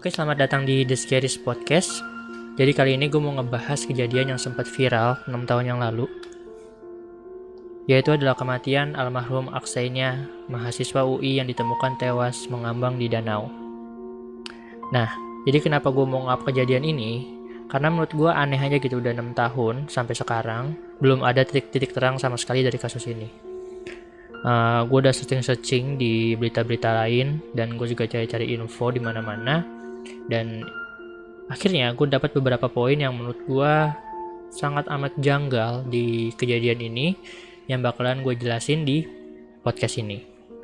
Oke, selamat datang di The Scaries Podcast. Jadi kali ini gue mau ngebahas kejadian yang sempat viral 6 tahun yang lalu, yaitu adalah kematian almarhum Aksainya, mahasiswa UI yang ditemukan tewas mengambang di danau. Nah, jadi kenapa gue mau ngap kejadian ini? Karena menurut gue aneh aja gitu, udah 6 tahun sampai sekarang belum ada titik-titik terang sama sekali dari kasus ini. Gue udah searching di berita-berita lain dan gue juga cari-cari info di mana-mana, dan akhirnya gue dapat beberapa poin yang menurut gue sangat amat janggal di kejadian ini yang bakalan gue jelasin di podcast ini.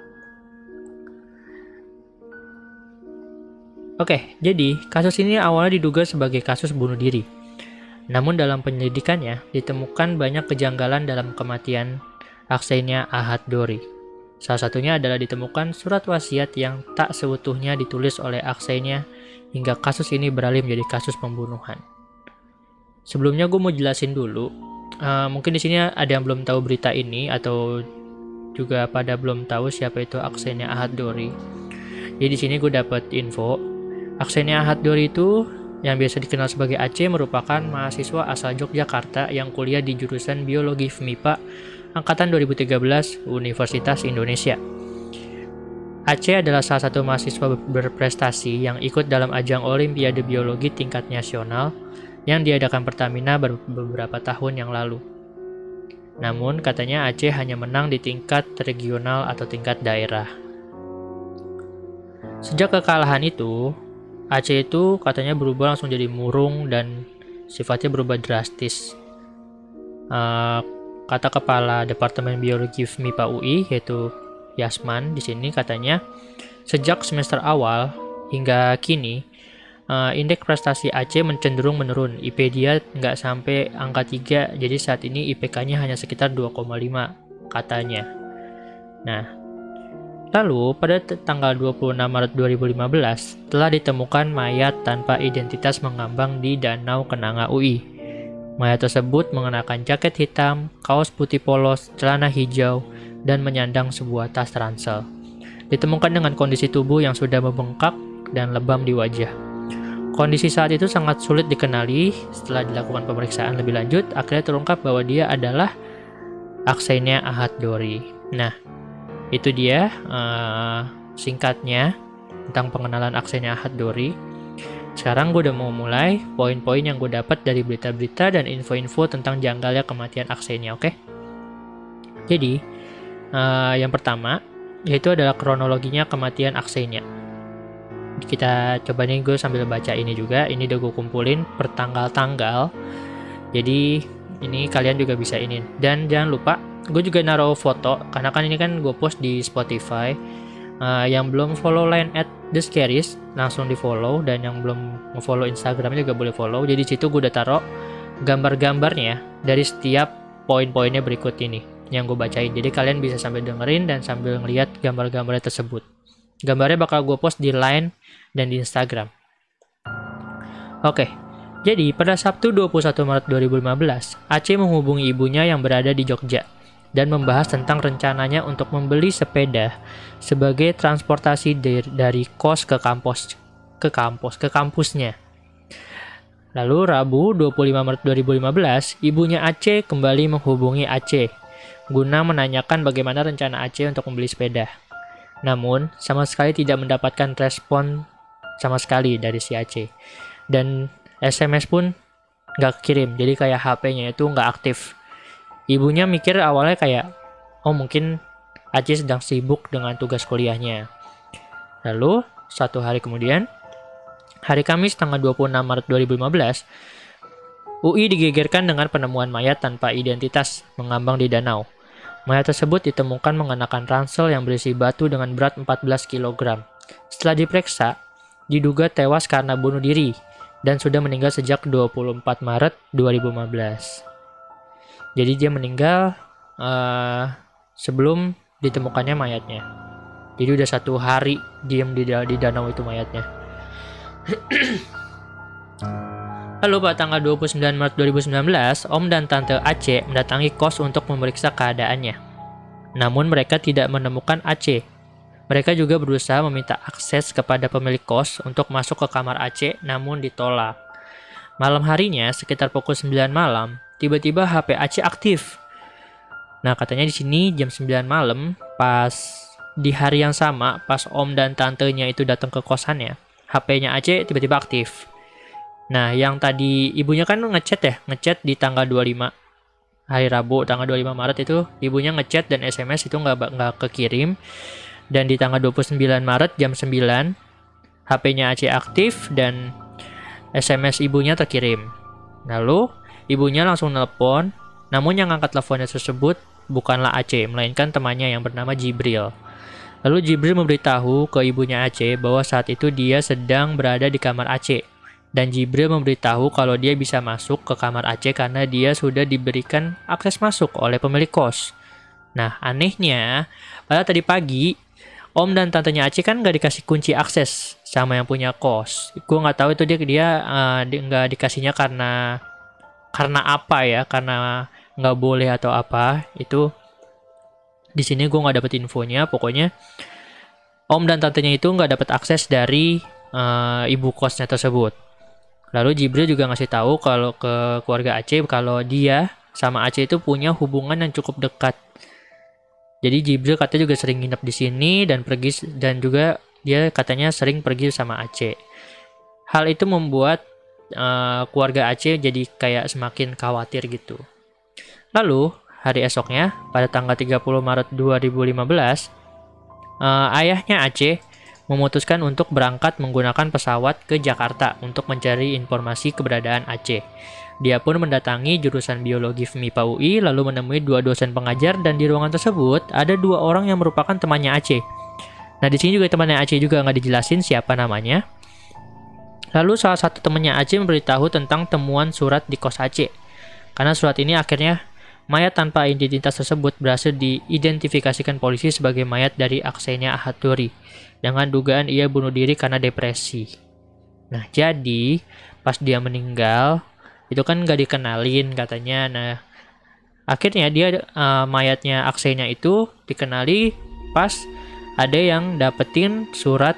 Oke, jadi kasus ini awalnya diduga sebagai kasus bunuh diri. Namun dalam penyelidikannya ditemukan banyak kejanggalan dalam kematian Aksainya Ahad Dori. Salah satunya adalah ditemukan surat wasiat yang tak seutuhnya ditulis oleh Aksainya hingga kasus ini beralih menjadi kasus pembunuhan. Sebelumnya gue mau jelasin dulu, mungkin di sini ada yang belum tahu berita ini atau juga pada belum tahu siapa itu Aksainya Ahad Dori. Jadi di sini gue dapat info, Aksainya Ahad Dori itu yang biasa dikenal sebagai Aceh merupakan mahasiswa asal Yogyakarta yang kuliah di jurusan Biologi FMIPA Angkatan 2013 Universitas Indonesia. Aceh adalah salah satu mahasiswa berprestasi yang ikut dalam ajang Olimpiade Biologi tingkat nasional yang diadakan Pertamina beberapa tahun yang lalu. Namun katanya Aceh hanya menang di tingkat regional atau tingkat daerah. Sejak kekalahan itu, Aceh itu katanya berubah langsung jadi murung dan sifatnya berubah drastis. Kata Kepala Departemen Biologi FMIPA UI yaitu Yasman di sini katanya sejak semester awal hingga kini indeks prestasi Aceh cenderung menurun. IP dia nggak sampai angka 3, jadi saat ini IPK-nya hanya sekitar 2,5 katanya. Nah, lalu pada tanggal 26 Maret 2015 telah ditemukan mayat tanpa identitas mengambang di Danau Kenanga UI. Mayat tersebut mengenakan jaket hitam, kaos putih polos, celana hijau, dan menyandang sebuah tas ransel. Ditemukan dengan kondisi tubuh yang sudah membengkak dan lebam di wajah. Kondisi saat itu sangat sulit dikenali. Setelah dilakukan pemeriksaan lebih lanjut, akhirnya terungkap bahwa dia adalah Aksainya Ahad Dori. Nah, itu dia singkatnya tentang pengenalan Aksainya Ahad Dori. Sekarang gue udah mau mulai poin-poin yang gue dapat dari berita-berita dan info-info tentang janggalnya kematian Aksainya, oke? Jadi, yang pertama yaitu adalah kronologinya kematian Aksainya. Kita coba nih, gue sambil baca ini juga. Ini udah gue kumpulin per tanggal-tanggal. Jadi ini kalian juga bisa ini. Dan jangan lupa, gue juga naruh foto karena kan ini kan gue post di Spotify. Yang belum follow line @The Scaries langsung di follow, dan yang belum follow Instagramnya juga boleh follow. Jadi situ gue udah taruh gambar-gambarnya dari setiap poin-poinnya berikut ini yang gue bacain. Jadi kalian bisa sambil dengerin dan sambil ngeliat gambar-gambarnya tersebut. Gambarnya bakal gue post di Line dan di Instagram. Oke, jadi pada Sabtu 21 Maret 2015, Aceh menghubungi ibunya yang berada di Jogja dan membahas tentang rencananya untuk membeli sepeda sebagai transportasi dari kos ke kampusnya. Lalu Rabu 25 Maret 2015, ibunya Aceh kembali menghubungi Aceh guna menanyakan bagaimana rencana Aceh untuk membeli sepeda. Namun, sama sekali tidak mendapatkan respon sama sekali dari si Aceh. Dan SMS pun nggak kirim, jadi kayak HP-nya itu nggak aktif. Ibunya mikir awalnya kayak, oh mungkin Aceh sedang sibuk dengan tugas kuliahnya. Lalu, satu hari kemudian, hari Kamis tanggal 26 Maret 2015, UI digegerkan dengan penemuan mayat tanpa identitas mengambang di danau. Mayat tersebut ditemukan mengenakan ransel yang berisi batu dengan berat 14 kg. Setelah diperiksa, diduga tewas karena bunuh diri dan sudah meninggal sejak 24 Maret 2015. Jadi dia meninggal sebelum ditemukannya mayatnya. Jadi udah 1 hari diam di danau itu mayatnya. Lalu pada tanggal 29 Maret 2019, Om dan Tante Aceh mendatangi kos untuk memeriksa keadaannya. Namun mereka tidak menemukan Aceh. Mereka juga berusaha meminta akses kepada pemilik kos untuk masuk ke kamar Aceh, namun ditolak. Malam harinya, sekitar pukul 9 malam, tiba-tiba HP Aceh aktif. Nah, katanya di sini jam 9 malam, pas di hari yang sama, pas om dan tantenya itu datang ke kosannya, HP-nya Aceh tiba-tiba aktif. Nah, yang tadi ibunya kan ngechat di tanggal 25 hari Rabu, tanggal 25 Maret itu ibunya ngechat dan SMS itu nggak kekirim. Dan di tanggal 29 Maret jam 9, HP-nya Aceh aktif dan SMS ibunya terkirim. Lalu, ibunya langsung nelpon, namun yang angkat teleponnya tersebut bukanlah Aceh, melainkan temannya yang bernama Jibril. Lalu Jibril memberitahu ke ibunya Aceh bahwa saat itu dia sedang berada di kamar Aceh. Dan Jibril memberitahu kalau dia bisa masuk ke kamar Aceh karena dia sudah diberikan akses masuk oleh pemilik kos. Nah, anehnya, pada tadi pagi, om dan tantenya Aceh kan nggak dikasih kunci akses sama yang punya kos. Gue nggak tahu itu dia nggak dikasihnya karena apa ya? Karena nggak boleh atau apa? Itu di sini gue nggak dapet infonya. Pokoknya om dan tantenya itu nggak dapet akses dari ibu kosnya tersebut. Lalu Jibril juga ngasih tahu kalau ke keluarga Aceh kalau dia sama Aceh itu punya hubungan yang cukup dekat. Jadi Jibril katanya juga sering nginep di sini dan juga dia katanya sering pergi sama Aceh. Hal itu membuat keluarga Aceh jadi kayak semakin khawatir gitu. Lalu hari esoknya pada tanggal 30 Maret 2015, ayahnya Aceh memutuskan untuk berangkat menggunakan pesawat ke Jakarta untuk mencari informasi keberadaan Aceh. Dia pun mendatangi jurusan biologi FMIPA UI lalu menemui 2 dosen pengajar dan di ruangan tersebut ada 2 orang yang merupakan temannya Aceh. Nah, di sini juga temannya Aceh juga nggak dijelasin siapa namanya. Lalu salah satu temannya Aceh memberitahu tentang temuan surat di kos Aceh. Karena surat ini akhirnya mayat tanpa identitas tersebut berhasil diidentifikasikan polisi sebagai mayat dari Aksenia Ahad Dori dengan dugaan ia bunuh diri karena depresi. Nah, jadi pas dia meninggal itu kan nggak dikenalin katanya. Nah, akhirnya dia mayatnya Aksenya itu dikenali pas ada yang dapetin surat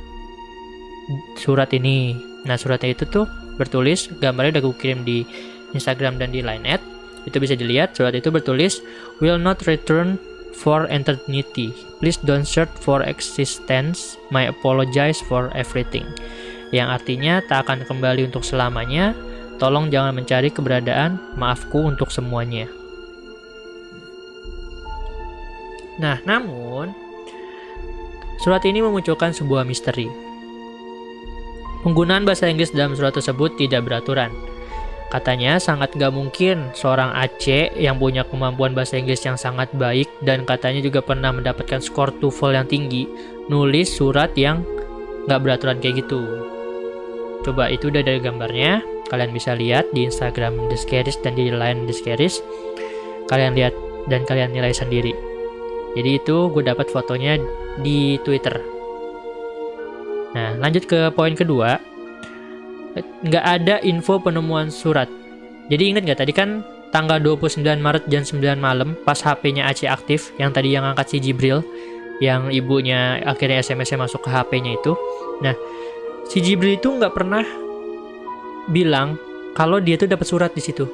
ini. Nah, suratnya itu tuh bertulis, gambarnya udah gue kirim di Instagram dan di Line@. Itu bisa dilihat, surat itu bertulis, "Will not return for eternity. Please don't search for existence. My apologize for everything." Yang artinya tak akan kembali untuk selamanya. Tolong jangan mencari keberadaan, maafku untuk semuanya. Nah, namun surat ini memunculkan sebuah misteri. Penggunaan bahasa Inggris dalam surat tersebut tidak beraturan. Katanya sangat gak mungkin seorang Aceh yang punya kemampuan bahasa Inggris yang sangat baik dan katanya juga pernah mendapatkan skor TOEFL yang tinggi, nulis surat yang gak beraturan kayak gitu. Coba itu udah dari gambarnya. Kalian bisa lihat di Instagram The Scaries dan di Line The Scaries. Kalian lihat dan kalian nilai sendiri. Jadi itu gue dapat fotonya di Twitter. Nah, lanjut ke poin kedua. Nggak ada info penemuan surat. Jadi ingat nggak tadi kan tanggal 29 Maret jam 9 malam pas HP-nya Aceh aktif, yang tadi yang angkat si Jibril, yang ibunya akhirnya SMS-nya masuk ke HP-nya itu. Nah, si Jibril itu nggak pernah bilang kalau dia tuh dapat surat di situ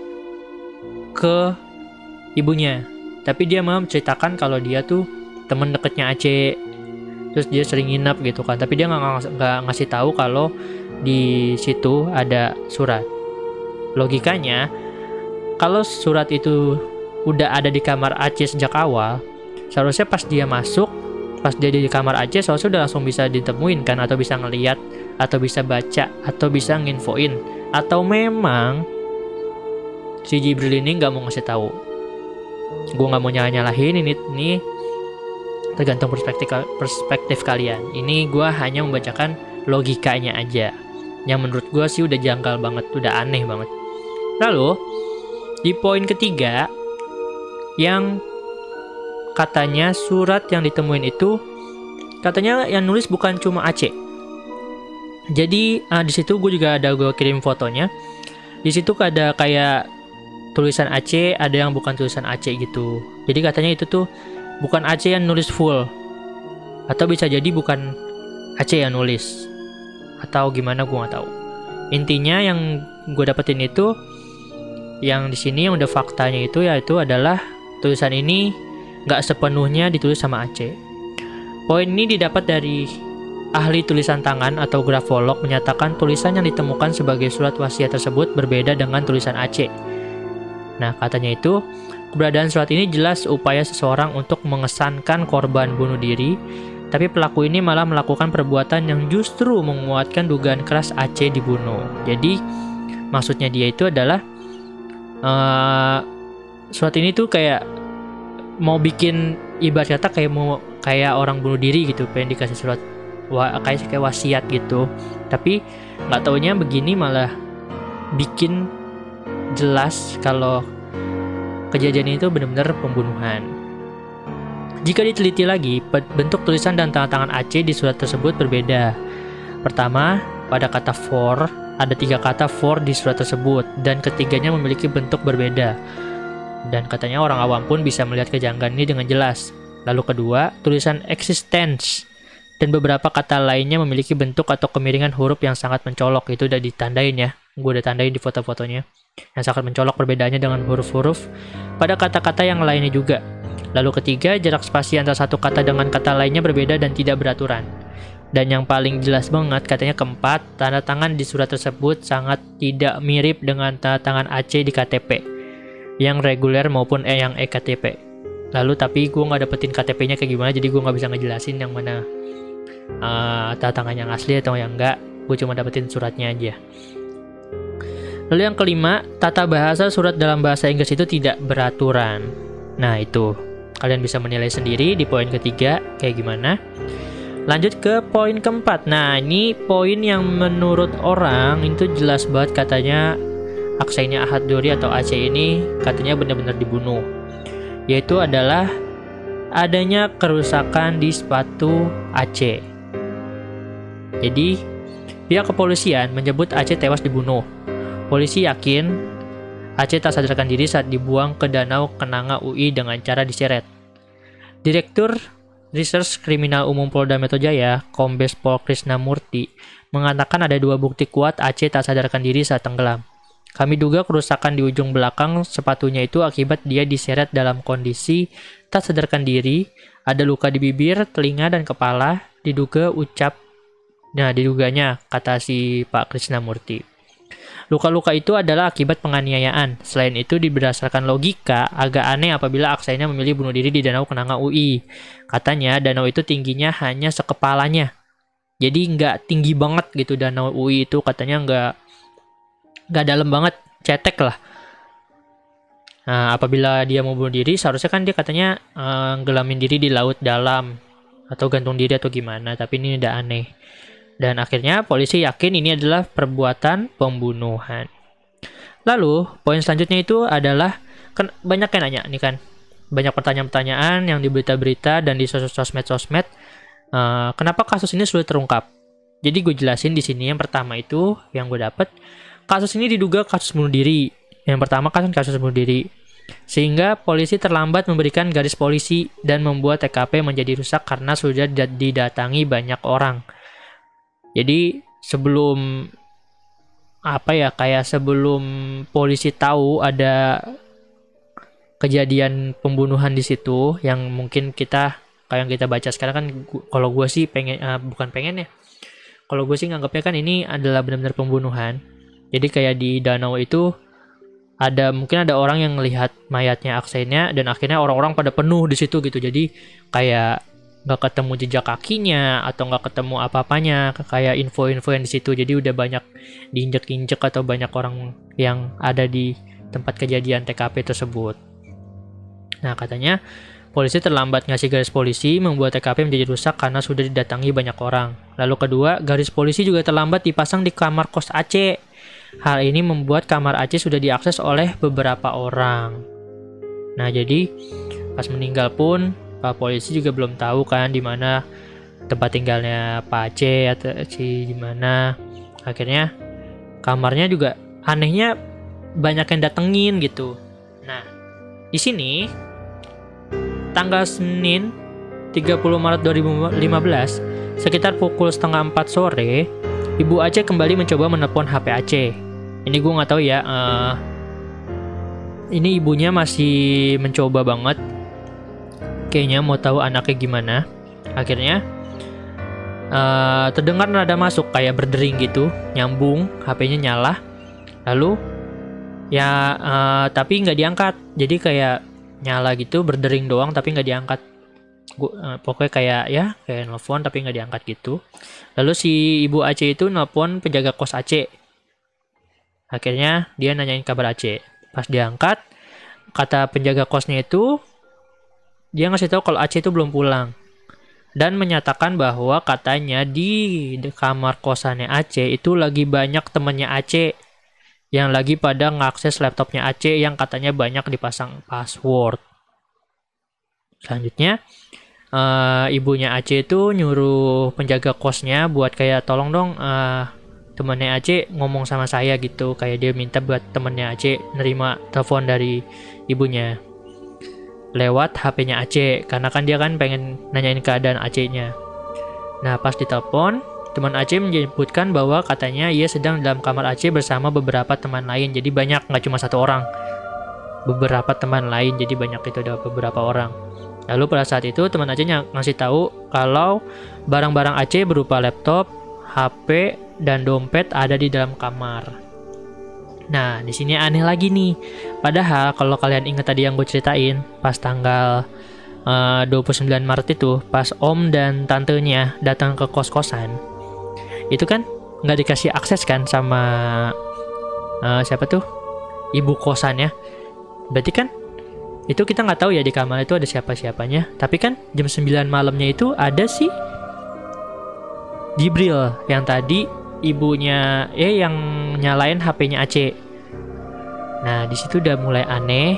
ke ibunya, tapi dia malah menceritakan kalau dia tuh teman dekatnya Aceh, terus dia sering nginep gitu kan, tapi dia nggak ngasih tahu kalau di situ ada surat. Logikanya kalau surat itu udah ada di kamar Aceh sejak awal, seharusnya pas dia masuk, pas dia di kamar Aceh, seharusnya udah langsung bisa ditemuin kan, atau bisa ngeliat, atau bisa baca, atau bisa nginfoin. Atau memang si Jibril ini nggak mau ngasih tahu. Gue nggak mau nyalahin ini tergantung perspektif kalian. Ini gue hanya membacakan logikanya aja. Yang menurut gue sih udah janggal banget, udah aneh banget. Lalu di poin ketiga, yang katanya surat yang ditemuin itu katanya yang nulis bukan cuma Aceh. Jadi di situ gue kirim fotonya. Di situ ada kayak tulisan Aceh, ada yang bukan tulisan Aceh gitu. Jadi katanya itu tuh bukan Aceh yang nulis full. Atau bisa jadi bukan Aceh yang nulis. Atau gimana gue nggak tahu. Intinya yang gue dapetin itu, yang di sini yang udah faktanya itu yaitu adalah tulisan ini nggak sepenuhnya ditulis sama Aceh. Poin ini didapat dari ahli tulisan tangan atau grafolog menyatakan tulisan yang ditemukan sebagai surat wasiat tersebut berbeda dengan tulisan Aceh. Nah, katanya itu, keberadaan surat ini jelas upaya seseorang untuk mengesankan korban bunuh diri, tapi pelaku ini malah melakukan perbuatan yang justru menguatkan dugaan keras Aceh dibunuh. Jadi, maksudnya dia itu adalah surat ini tuh kayak mau bikin ibarat kata kayak orang bunuh diri gitu, pengen dikasih surat kayak wasiat gitu, tapi nggak taunya begini malah bikin jelas kalau kejadian itu benar-benar pembunuhan. Jika diteliti lagi, bentuk tulisan dan tanda tangan Aceh di surat tersebut berbeda. Pertama, pada kata for, ada 3 kata for di surat tersebut, dan ketiganya memiliki bentuk berbeda. Dan katanya orang awam pun bisa melihat kejanggalan ini dengan jelas. Lalu kedua, tulisan existence dan beberapa kata lainnya memiliki bentuk atau kemiringan huruf yang sangat mencolok. Itu udah ditandain ya, gue udah tandain di foto-fotonya, yang sangat mencolok perbedaannya dengan huruf-huruf pada kata-kata yang lainnya juga. Lalu ketiga, jarak spasi antara satu kata dengan kata lainnya berbeda dan tidak beraturan. Dan yang paling jelas banget, katanya keempat, tanda tangan di surat tersebut sangat tidak mirip dengan tanda tangan Aceh di KTP, yang reguler maupun yang ektp. Lalu tapi gue nggak dapetin KTP-nya kayak gimana, jadi gue nggak bisa ngejelasin yang mana tanda tangan yang asli atau yang enggak. Gue cuma dapetin suratnya aja. Lalu yang kelima, tata bahasa surat dalam bahasa Inggris itu tidak beraturan. Nah itu, kalian bisa menilai sendiri di poin ketiga kayak gimana. Lanjut ke poin keempat. Nah ini poin yang menurut orang itu jelas banget, katanya Aksaina Ahad Duri atau Aceh ini katanya benar-benar dibunuh. Yaitu adalah adanya kerusakan di sepatu Aceh. Jadi, pihak kepolisian menyebut Aceh tewas dibunuh. Polisi yakin Aceh tak sadarkan diri saat dibuang ke Danau Kenanga UI dengan cara diseret. Direktur Reserse Kriminal Umum Polda Metro Jaya, Kombes Pol Krisnamurti, mengatakan ada 2 bukti kuat Aceh tak sadarkan diri saat tenggelam. Kami duga kerusakan di ujung belakang sepatunya itu akibat dia diseret dalam kondisi tak sadarkan diri, ada luka di bibir, telinga, dan kepala, diduganya, kata si Pak Krisnamurti. Luka-luka itu adalah akibat penganiayaan. Selain itu, berdasarkan logika, agak aneh apabila Aksaina memilih bunuh diri di Danau Kenanga UI. Katanya, danau itu tingginya hanya sekepalanya. Jadi nggak tinggi banget gitu danau UI itu, katanya nggak dalam banget, cetek lah. Nah, apabila dia mau bunuh diri, seharusnya kan dia katanya gelamin diri di laut dalam, atau gantung diri atau gimana, tapi ini udah aneh. Dan akhirnya polisi yakin ini adalah perbuatan pembunuhan. Lalu, poin selanjutnya itu adalah, kan banyak yang nanya nih kan, banyak pertanyaan-pertanyaan yang di berita-berita dan di sosmed, kenapa kasus ini sulit terungkap. Jadi gue jelasin di sini. Yang pertama itu, yang gue dapet, kasus ini diduga kasus bunuh diri. Yang pertama kan kasus bunuh diri. Sehingga polisi terlambat memberikan garis polisi dan membuat TKP menjadi rusak karena sudah didatangi banyak orang. Jadi sebelum sebelum polisi tahu ada kejadian pembunuhan di situ, yang mungkin kayak yang kita baca sekarang kan, kalau gue sih kalau gue sih nganggapnya kan ini adalah benar-benar pembunuhan. Jadi kayak di danau itu mungkin ada orang yang melihat mayatnya Aksaina, dan akhirnya orang-orang pada penuh di situ gitu. Jadi kayak nggak ketemu jejak kakinya atau nggak ketemu apa-apanya, kayak info-info yang di situ. Jadi udah banyak diinjek-injek atau banyak orang yang ada di tempat kejadian TKP tersebut. Nah, katanya polisi terlambat ngasih garis polisi, membuat TKP menjadi rusak karena sudah didatangi banyak orang. Lalu kedua, garis polisi juga terlambat dipasang di kamar kos Aceh. Hal ini membuat kamar Aceh sudah diakses oleh beberapa orang. Nah, jadi pas meninggal pun Pak polisi juga belum tahu kan di mana tempat tinggalnya Pak Aceh atau di mana. Akhirnya kamarnya juga anehnya banyak yang datengin gitu. Nah, di sini tanggal Senin 30 Maret 2015, sekitar pukul setengah 4 sore, Ibu Aceh kembali mencoba menelpon HP Aceh. Ini gue nggak tahu ya, ini ibunya masih mencoba banget, kayaknya mau tahu anaknya gimana. Akhirnya terdengar nada masuk kayak berdering gitu, nyambung, HP-nya nyala. Lalu ya tapi nggak diangkat, jadi kayak nyala gitu, berdering doang tapi nggak diangkat. Pokoknya kayak nelfon tapi nggak diangkat gitu. Lalu si Ibu Aceh itu nelpon penjaga kos Aceh. Akhirnya dia nanyain kabar Aceh. Pas diangkat, kata penjaga kosnya itu, dia ngasih tahu kalau Aceh itu belum pulang. Dan menyatakan bahwa katanya di kamar kosannya Aceh itu lagi banyak temennya Aceh yang lagi pada ngakses laptopnya Aceh yang katanya banyak dipasang password. Selanjutnya, ibunya Aceh itu nyuruh penjaga kosnya buat kayak tolong dong temennya Aceh ngomong sama saya gitu. Kayak dia minta buat temennya Aceh nerima telepon dari ibunya lewat HP-nya Aceh, karena kan dia kan pengen nanyain keadaan Acehnya. Nah, pas ditelepon, teman Aceh menyebutkan bahwa katanya ia sedang dalam kamar Aceh bersama beberapa teman lain. Jadi banyak, nggak cuma satu orang. Beberapa teman lain, jadi banyak itu ada beberapa orang. Lalu pada saat itu teman Aceh ngasih tahu kalau barang-barang Aceh berupa laptop, HP, dan dompet ada di dalam kamar. Nah, di sini aneh lagi nih. Padahal kalau kalian ingat tadi yang gue ceritain, pas tanggal 29 Maret itu, pas om dan tantenya datang ke kos-kosan, itu kan nggak dikasih akses kan sama siapa tuh? Ibu kosannya. Berarti kan itu kita nggak tahu ya di kamar itu ada siapa-siapanya. Tapi kan jam 9 malamnya itu ada si Jibril yang tadi ibunya yang nyalain HP-nya Aceh. Nah, di situ udah mulai aneh.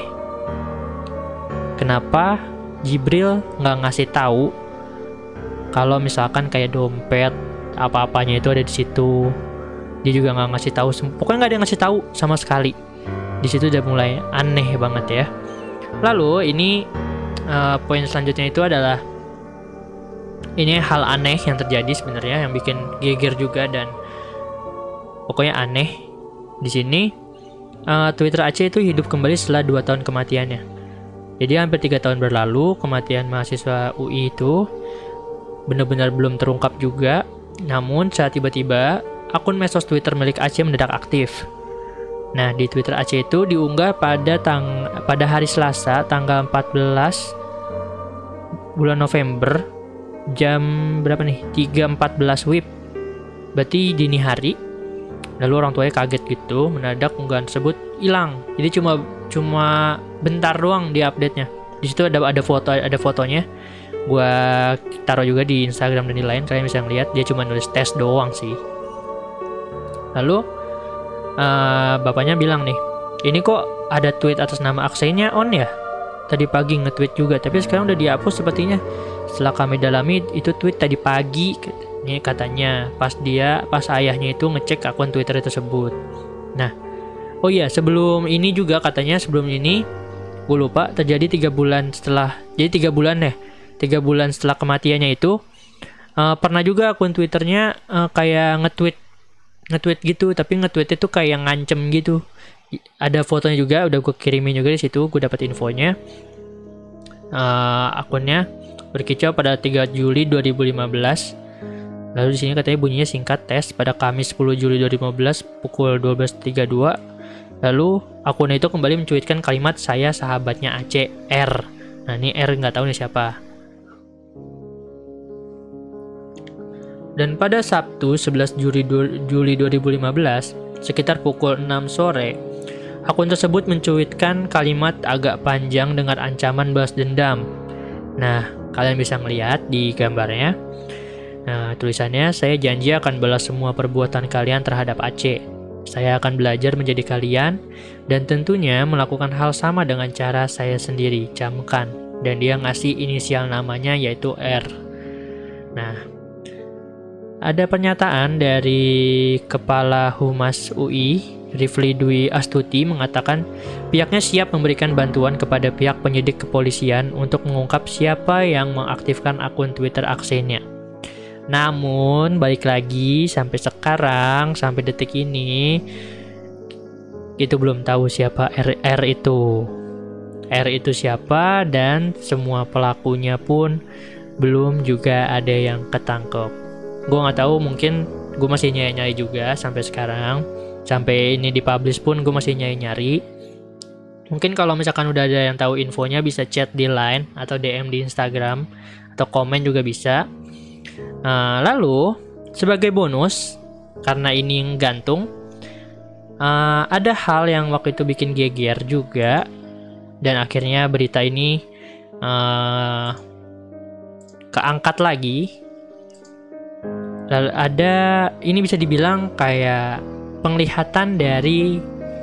Kenapa Jibril nggak ngasih tahu kalau misalkan kayak dompet apa-apanya itu ada di situ? Dia juga nggak ngasih tahu. Pokoknya nggak ada yang ngasih tahu sama sekali. Di situ udah mulai aneh banget ya. Lalu ini poin selanjutnya itu adalah ini hal aneh yang terjadi sebenarnya yang bikin geger juga dan pokoknya aneh. Di sini Twitter Aceh itu hidup kembali setelah 2 tahun kematiannya. Jadi hampir 3 tahun berlalu kematian mahasiswa UI itu benar-benar belum terungkap juga. Namun saat tiba-tiba akun medsos Twitter milik Aceh mendadak aktif. Nah, di Twitter Aceh itu diunggah pada hari Selasa tanggal 14 bulan November jam berapa nih? 3.14 WIB. Berarti dini hari. Lalu orang tuanya kaget gitu, mendadak unggahan tersebut hilang. Jadi cuma bentar doang di update-nya. Di situ ada fotonya. Gua taruh juga di Instagram dan di lain, kalian bisa ngeliat dia cuma nulis tes doang sih. Lalu bapaknya bilang nih, ini kok ada tweet atas nama Aksenya on ya? Tadi pagi nge-tweet juga, tapi sekarang udah dihapus sepertinya. Setelah kami dalami, itu tweet tadi pagi. Ini katanya pas ayahnya itu ngecek akun Twitter tersebut. Nah, oh iya, sebelum ini juga katanya sebelum ini gue lupa terjadi 3 bulan setelah. Jadi 3 bulan 3 bulan setelah kematiannya itu pernah juga akun Twitternya kayak nge-tweet gitu, tapi nge-tweet itu kayak ngancem gitu. Ada fotonya juga, udah gue kirimin juga di situ, gue dapat infonya. Akunnya berkicau pada 3 Juli 2015. Lalu di sini katanya bunyinya singkat tes pada Kamis 10 Juli 2015 pukul 12.32. Lalu akun itu kembali mencuitkan kalimat saya sahabatnya Aceh R. Nah, ini R nggak tahu nih siapa. Dan pada Sabtu 11 Juli 2015 sekitar pukul 6 sore, akun tersebut mencuitkan kalimat agak panjang dengan ancaman balas dendam. Nah, kalian bisa melihat di gambarnya. Nah, tulisannya, saya janji akan balas semua perbuatan kalian terhadap Aceh. Saya akan belajar menjadi kalian, dan tentunya melakukan hal sama dengan cara saya sendiri, camkan. Dan dia ngasih inisial namanya yaitu R. Nah, Ada pernyataan dari Kepala Humas UI, Rifli Dwi Astuti, mengatakan pihaknya siap memberikan bantuan kepada pihak penyidik kepolisian untuk mengungkap siapa yang mengaktifkan akun Twitter Aksenya. Namun, balik lagi sampai sekarang, sampai detik ini, itu belum tahu siapa R itu. R itu siapa, dan semua pelakunya pun belum juga ada yang ketangkep. Gue nggak tahu, mungkin gue masih nyari-nyari juga sampai sekarang. Sampai ini dipublish pun gue masih nyari-nyari. Mungkin kalau misalkan udah ada yang tahu infonya bisa chat di Line atau DM di Instagram atau komen juga bisa. Lalu sebagai bonus, karena ini gantung, ada hal yang waktu itu bikin geger juga, dan akhirnya berita ini keangkat lagi. Lalu ada, ini bisa dibilang kayak penglihatan dari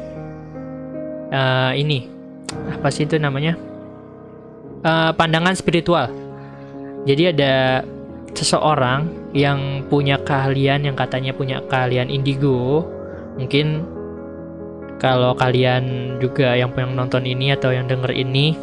ini apa sih itu namanya, pandangan spiritual. Jadi ada seseorang yang punya keahlian, yang katanya punya keahlian indigo. Mungkin kalau kalian juga yang nonton ini atau yang denger ini,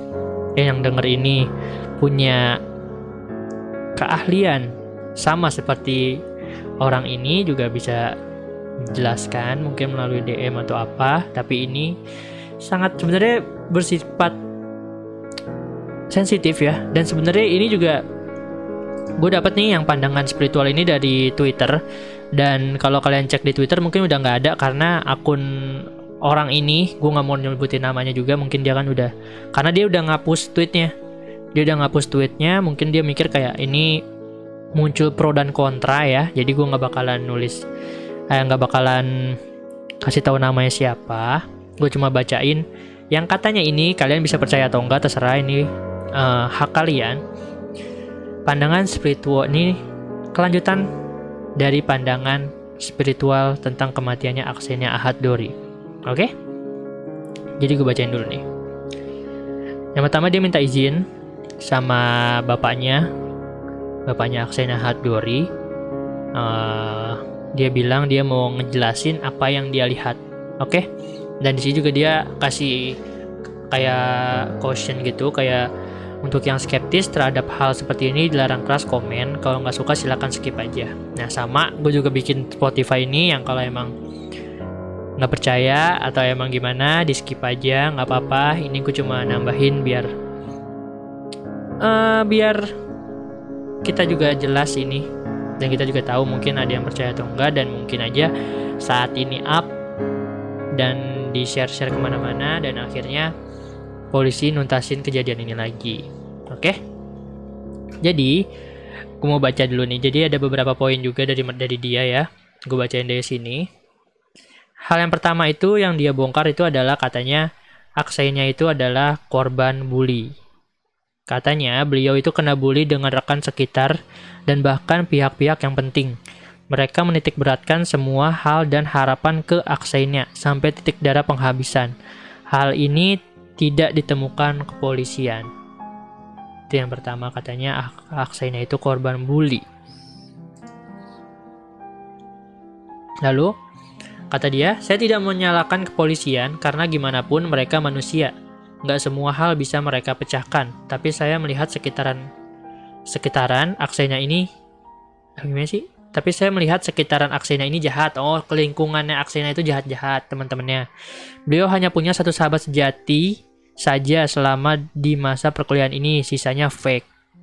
punya keahlian sama seperti orang ini, juga bisa jelaskan mungkin melalui DM atau apa. Tapi ini sangat sebenarnya bersifat sensitif ya, dan sebenarnya ini juga gue dapat nih yang pandangan spiritual ini dari Twitter. Dan kalau kalian cek di Twitter mungkin udah nggak ada, karena akun orang ini, gue nggak mau nyebutin namanya juga, mungkin dia kan udah, karena dia udah ngapus tweetnya. Mungkin dia mikir kayak ini muncul pro dan kontra ya, jadi gue nggak bakalan kasih tahu namanya siapa. Gue cuma bacain yang katanya ini, kalian bisa percaya atau enggak terserah, ini hak kalian. Pandangan spiritual ini kelanjutan dari pandangan spiritual tentang kematiannya Aksenya Ahad Dori. Oke? Jadi gue bacain dulu nih. Yang pertama, dia minta izin sama bapaknya Aksenya Ahad Dori. Dia bilang dia mau ngejelasin apa yang dia lihat. Oke? Dan di sini juga dia kasih kayak caution gitu, kayak untuk yang skeptis terhadap hal seperti ini dilarang keras komen. Kalau nggak suka silakan skip aja. Nah sama, gue juga bikin Spotify ini yang kalau emang nggak percaya atau emang gimana di skip aja, nggak apa-apa. Ini gue cuma nambahin biar kita juga jelas ini, dan kita juga tahu mungkin ada yang percaya atau enggak, dan mungkin aja saat ini up dan di share-share kemana-mana, dan akhirnya polisi nuntasin kejadian ini lagi. Oke? Jadi gue mau baca dulu nih. Jadi ada beberapa poin juga dari dia ya. Gue bacain dari sini. Hal yang pertama itu yang dia bongkar itu adalah katanya Aksenya itu adalah korban bully. Katanya beliau itu kena bully dengan rekan sekitar dan bahkan pihak-pihak yang penting. Mereka menitik beratkan semua hal dan harapan ke Aksenya sampai titik darah penghabisan. Hal ini tidak ditemukan kepolisian. Itu yang pertama, katanya Aksenya itu korban bully. Lalu, kata dia, saya tidak menyalahkan kepolisian karena gimana pun mereka manusia. Nggak semua hal bisa mereka pecahkan. Tapi saya melihat sekitaran Aksenya ini, gimana sih? Tapi saya melihat sekitaran Aksenya ini jahat. Oh, lingkungannya Aksenya itu jahat-jahat, teman-temannya. Beliau hanya punya satu sahabat sejati saja selama di masa perkuliahan ini, sisanya fake.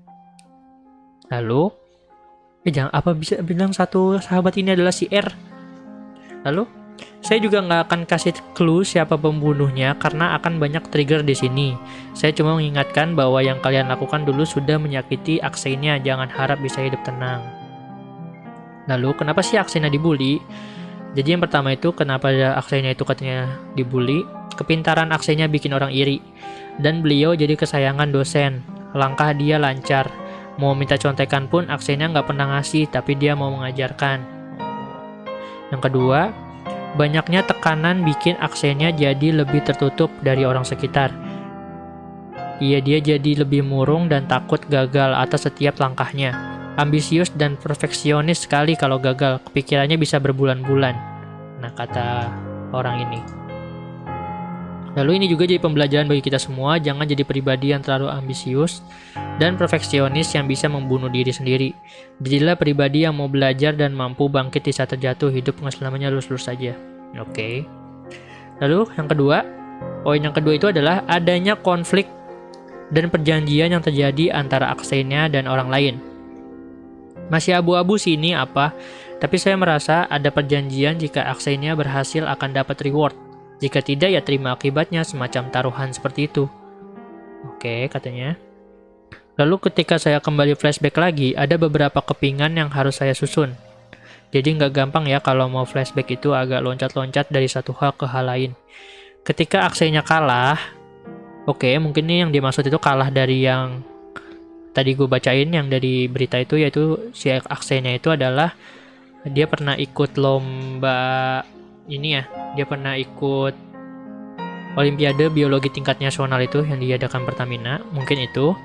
Lalu, jangan apa bisa bilang satu sahabat ini adalah si R. Lalu, saya juga nggak akan kasih clue siapa pembunuhnya karena akan banyak trigger di sini. Saya cuma mengingatkan bahwa yang kalian lakukan dulu sudah menyakiti Aksenya. Jangan harap bisa hidup tenang. Lalu, kenapa sih Aksenya dibully? Jadi yang pertama itu, kenapa Aksenya itu katanya dibully? Kepintaran Aksenya bikin orang iri. Dan beliau jadi kesayangan dosen. Langkah dia lancar. Mau minta contekan pun Aksenya nggak pernah ngasih, tapi dia mau mengajarkan. Yang kedua, banyaknya tekanan bikin Aksenya jadi lebih tertutup dari orang sekitar. Dia jadi lebih murung dan takut gagal atas setiap langkahnya. ambisius dan perfeksionis sekali kalau gagal. Kepikirannya bisa berbulan-bulan. Nah, kata orang ini. Lalu ini juga jadi pembelajaran bagi kita semua, jangan jadi pribadi yang terlalu ambisius dan perfeksionis yang bisa membunuh diri sendiri. Jadilah pribadi yang mau belajar dan mampu bangkit di saat terjatuh, hidup nggak selamanya lurus-lurus saja. Oke. Lalu yang kedua, poin yang kedua itu adalah adanya konflik dan perjanjian yang terjadi antara Aksenia dan orang lain. Masih abu-abu sih ini apa, tapi saya merasa ada perjanjian jika Aksenia berhasil akan dapat reward. Jika tidak, ya terima akibatnya, semacam taruhan seperti itu. Oke, katanya. Lalu ketika saya kembali flashback lagi, ada beberapa kepingan yang harus saya susun. Jadi nggak gampang ya kalau mau flashback itu agak loncat-loncat dari satu hal ke hal lain. Ketika Aksenya kalah, oke, mungkin ini yang dimaksud itu kalah dari yang tadi gue bacain, yang dari berita itu, yaitu si Aksenya itu adalah dia pernah ikut lomba ini ya, dia pernah ikut Olimpiade Biologi tingkat nasional itu yang diadakan Pertamina, mungkin itu.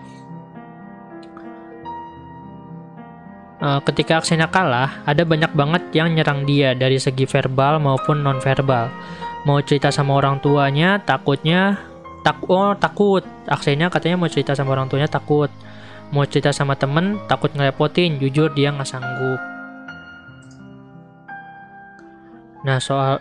Ketika Aksenya kalah, ada banyak banget yang nyerang dia dari segi verbal maupun non-verbal. Mau cerita sama orang tuanya, takut. Aksenya katanya mau cerita sama orang tuanya takut. Mau cerita sama temen, takut ngerepotin, jujur dia nggak sanggup. Nah,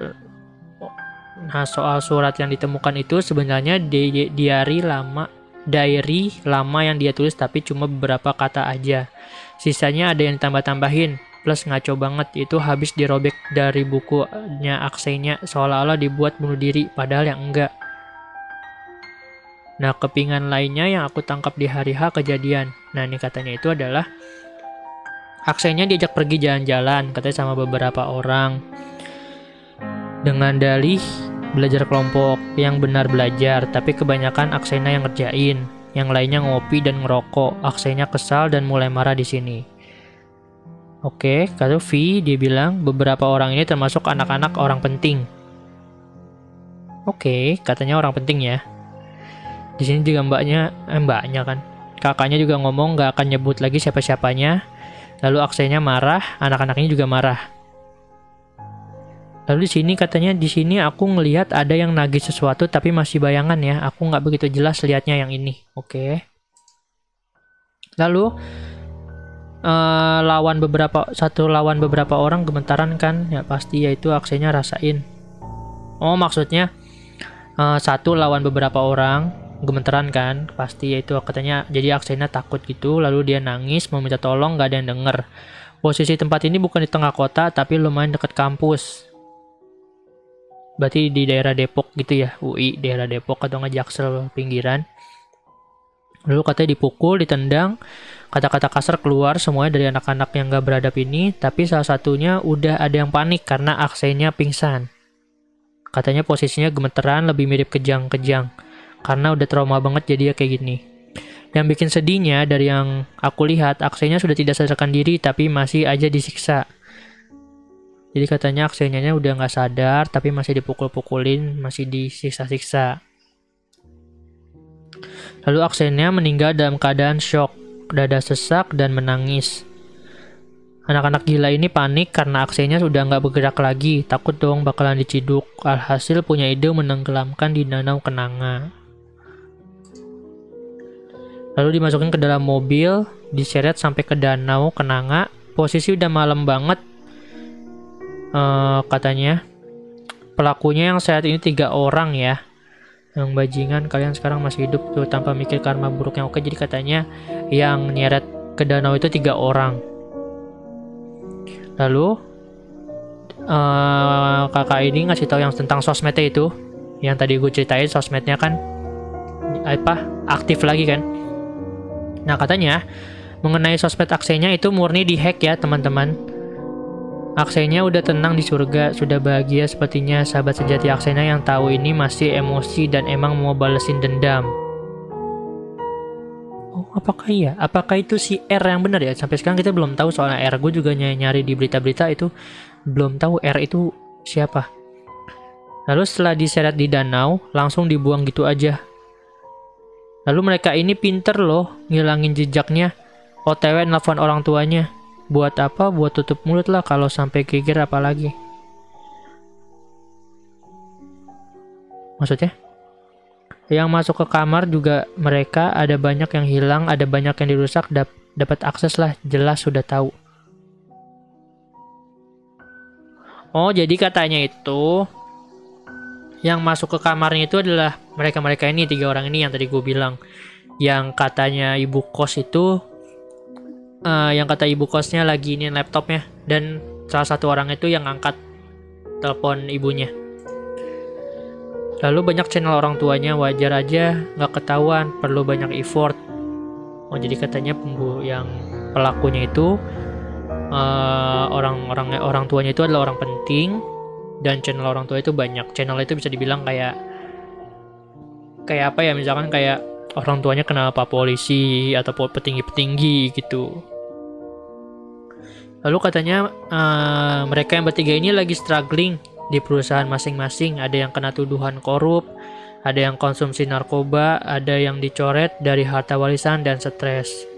soal surat yang ditemukan itu sebenarnya diary lama yang dia tulis, tapi cuma beberapa kata aja. Sisanya ada yang tambah-tambahin, plus ngaco banget, itu habis dirobek dari bukunya Aksenya, seolah-olah dibuat bunuh diri, padahal yang enggak. Nah, kepingan lainnya yang aku tangkap di hari H kejadian. Nah, ini katanya itu adalah Aksenya diajak pergi jalan-jalan, katanya sama beberapa orang. Dengan dalih belajar kelompok, yang benar belajar, tapi kebanyakan Aksena yang ngerjain, yang lainnya ngopi dan ngerokok. Aksena kesal dan mulai marah di sini. Oke, kata V, dia bilang beberapa orang ini termasuk anak-anak orang penting. Oke, katanya orang penting ya. Di sini juga mbaknya kan, kakaknya juga ngomong nggak akan nyebut lagi siapa-siapanya. Lalu Aksena marah, anak-anaknya juga marah. Lalu di sini katanya, di sini aku ngelihat ada yang nagih sesuatu tapi masih bayangan ya. Aku nggak begitu jelas lihatnya yang ini. Oke. Lalu lawan beberapa orang gemetaran kan? Ya pasti, yaitu Aksenya rasain. Oh, maksudnya satu lawan beberapa orang gemetaran kan? Pasti, yaitu katanya. Jadi Aksena takut gitu. Lalu dia nangis mau minta tolong, nggak ada yang denger. Posisi tempat ini bukan di tengah kota tapi lumayan dekat kampus. Berarti di daerah Depok gitu ya, UI, daerah Depok atau nggak Jaksel pinggiran. Lalu katanya dipukul, ditendang, kata-kata kasar keluar semuanya dari anak-anak yang nggak beradab ini, tapi salah satunya udah ada yang panik karena Aksenya pingsan. Katanya posisinya gemeteran, lebih mirip kejang-kejang, karena udah trauma banget jadi ya kayak gini. Yang bikin sedihnya dari yang aku lihat, Aksenya sudah tidak sadarkan diri tapi masih aja disiksa. Jadi katanya Aksenyanya udah nggak sadar, tapi masih dipukul-pukulin, masih disiksa-siksa. Lalu Aksenya meninggal dalam keadaan shock, dada sesak, dan menangis. Anak-anak gila ini panik karena Aksenya sudah nggak bergerak lagi, takut dong bakalan diciduk. Alhasil punya ide menenggelamkan di danau kenanga. Lalu dimasukin ke dalam mobil, diseret sampai ke danau kenanga. Posisi udah malam banget. Katanya pelakunya yang saat ini 3 orang ya, yang bajingan, kalian sekarang masih hidup tuh tanpa mikir karma buruk yang oke. Jadi katanya yang nyeret ke danau itu 3 orang. Lalu kakak ini ngasih tahu yang tentang sosmednya itu, yang tadi gue ceritain, sosmednya kan aktif lagi kan. Nah, katanya mengenai sosmed Aksenya itu murni dihack ya teman-teman. Aksenya udah tenang di surga, sudah bahagia sepertinya. Sahabat sejati Aksenya yang tahu ini masih emosi dan emang mau balesin dendam. Oh, apakah iya? Apakah itu si R yang benar ya? Sampai sekarang kita belum tahu soalnya R. Gue juga nyari di berita-berita itu belum tahu R itu siapa. Lalu setelah diseret di danau, langsung dibuang gitu aja. Lalu mereka ini pinter loh ngilangin jejaknya. OTW nelfon orang tuanya. Buat apa? Buat tutup mulut lah, kalau sampai geger apalagi. Maksudnya? Yang masuk ke kamar juga mereka, ada banyak yang hilang, ada banyak yang dirusak, dapat akses lah, jelas sudah tahu. Oh, jadi katanya itu yang masuk ke kamarnya itu adalah mereka-mereka ini, 3 orang ini yang tadi gue bilang. Yang katanya ibu kos itu, yang kata ibu kosnya lagi ini laptopnya, dan salah satu orang itu yang angkat telepon ibunya. Lalu banyak channel orang tuanya, wajar aja nggak ketahuan, perlu banyak effort. Oh, jadi katanya yang pelakunya itu orang tuanya itu adalah orang penting, dan channel orang tua itu banyak. Channel itu bisa dibilang kayak apa ya, misalkan kayak orang tuanya kenal pak polisi atau petinggi-petinggi gitu. Lalu katanya mereka yang bertiga ini lagi struggling di perusahaan masing-masing. Ada yang kena tuduhan korup, ada yang konsumsi narkoba, ada yang dicoret dari harta warisan dan stres.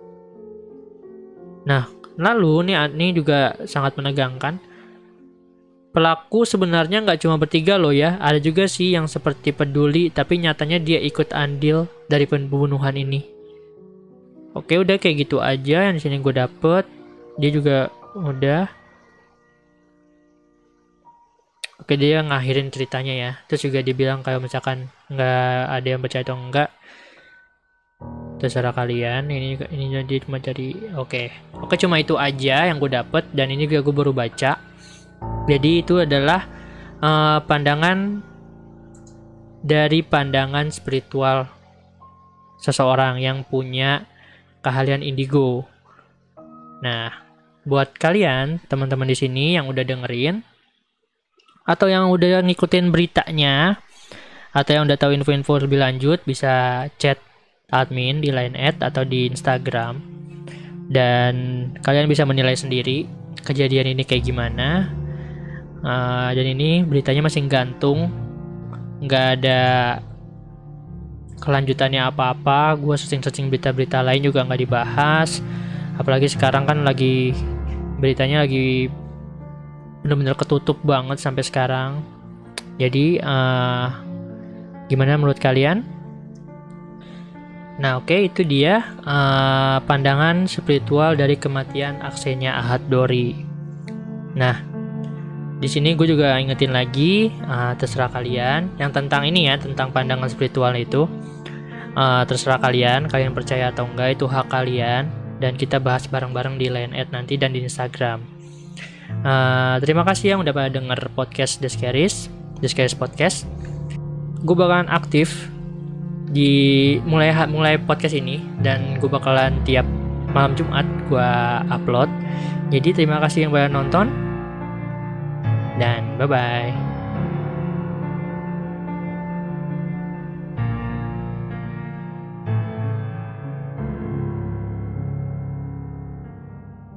Nah, lalu ini juga sangat menegangkan. Pelaku sebenarnya nggak cuma bertiga loh ya, ada juga sih yang seperti peduli, tapi nyatanya dia ikut andil dari pembunuhan ini. Oke, udah kayak gitu aja yang di sini gue dapet. Dia juga udah. Oke, dia ngakhirin ceritanya ya. Terus juga dibilang kalau misalkan nggak ada yang percaya atau enggak, terserah kalian. Ini jadi cuma jadi oke, cuma itu aja yang gue dapet, dan ini juga gue baru baca. Jadi itu adalah pandangan spiritual seseorang yang punya keahlian indigo. Nah, buat kalian teman-teman di sini yang udah dengerin atau yang udah ngikutin beritanya, atau yang udah tahu info-info lebih lanjut, bisa chat admin di Line atau di Instagram, dan kalian bisa menilai sendiri kejadian ini kayak gimana. Dan ini beritanya masih gantung, nggak ada kelanjutannya apa-apa. Gue searching berita-berita lain juga nggak dibahas, apalagi sekarang kan lagi beritanya lagi benar-benar ketutup banget sampai sekarang. Jadi gimana menurut kalian? Nah, oke, itu dia pandangan spiritual dari kematian Aksenia Ahad Dori. Nah, di sini gue juga ingetin lagi, terserah kalian yang tentang ini ya, tentang pandangan spiritual itu. Terserah kalian percaya atau enggak, itu hak kalian, dan kita bahas bareng-bareng di Line nanti dan di Instagram. Terima kasih yang udah pada denger podcast The Scaries Podcast. Gue bakalan aktif di mulai podcast ini, dan gue bakalan tiap malam Jumat gue upload. Jadi terima kasih yang udah nonton, dan bye bye.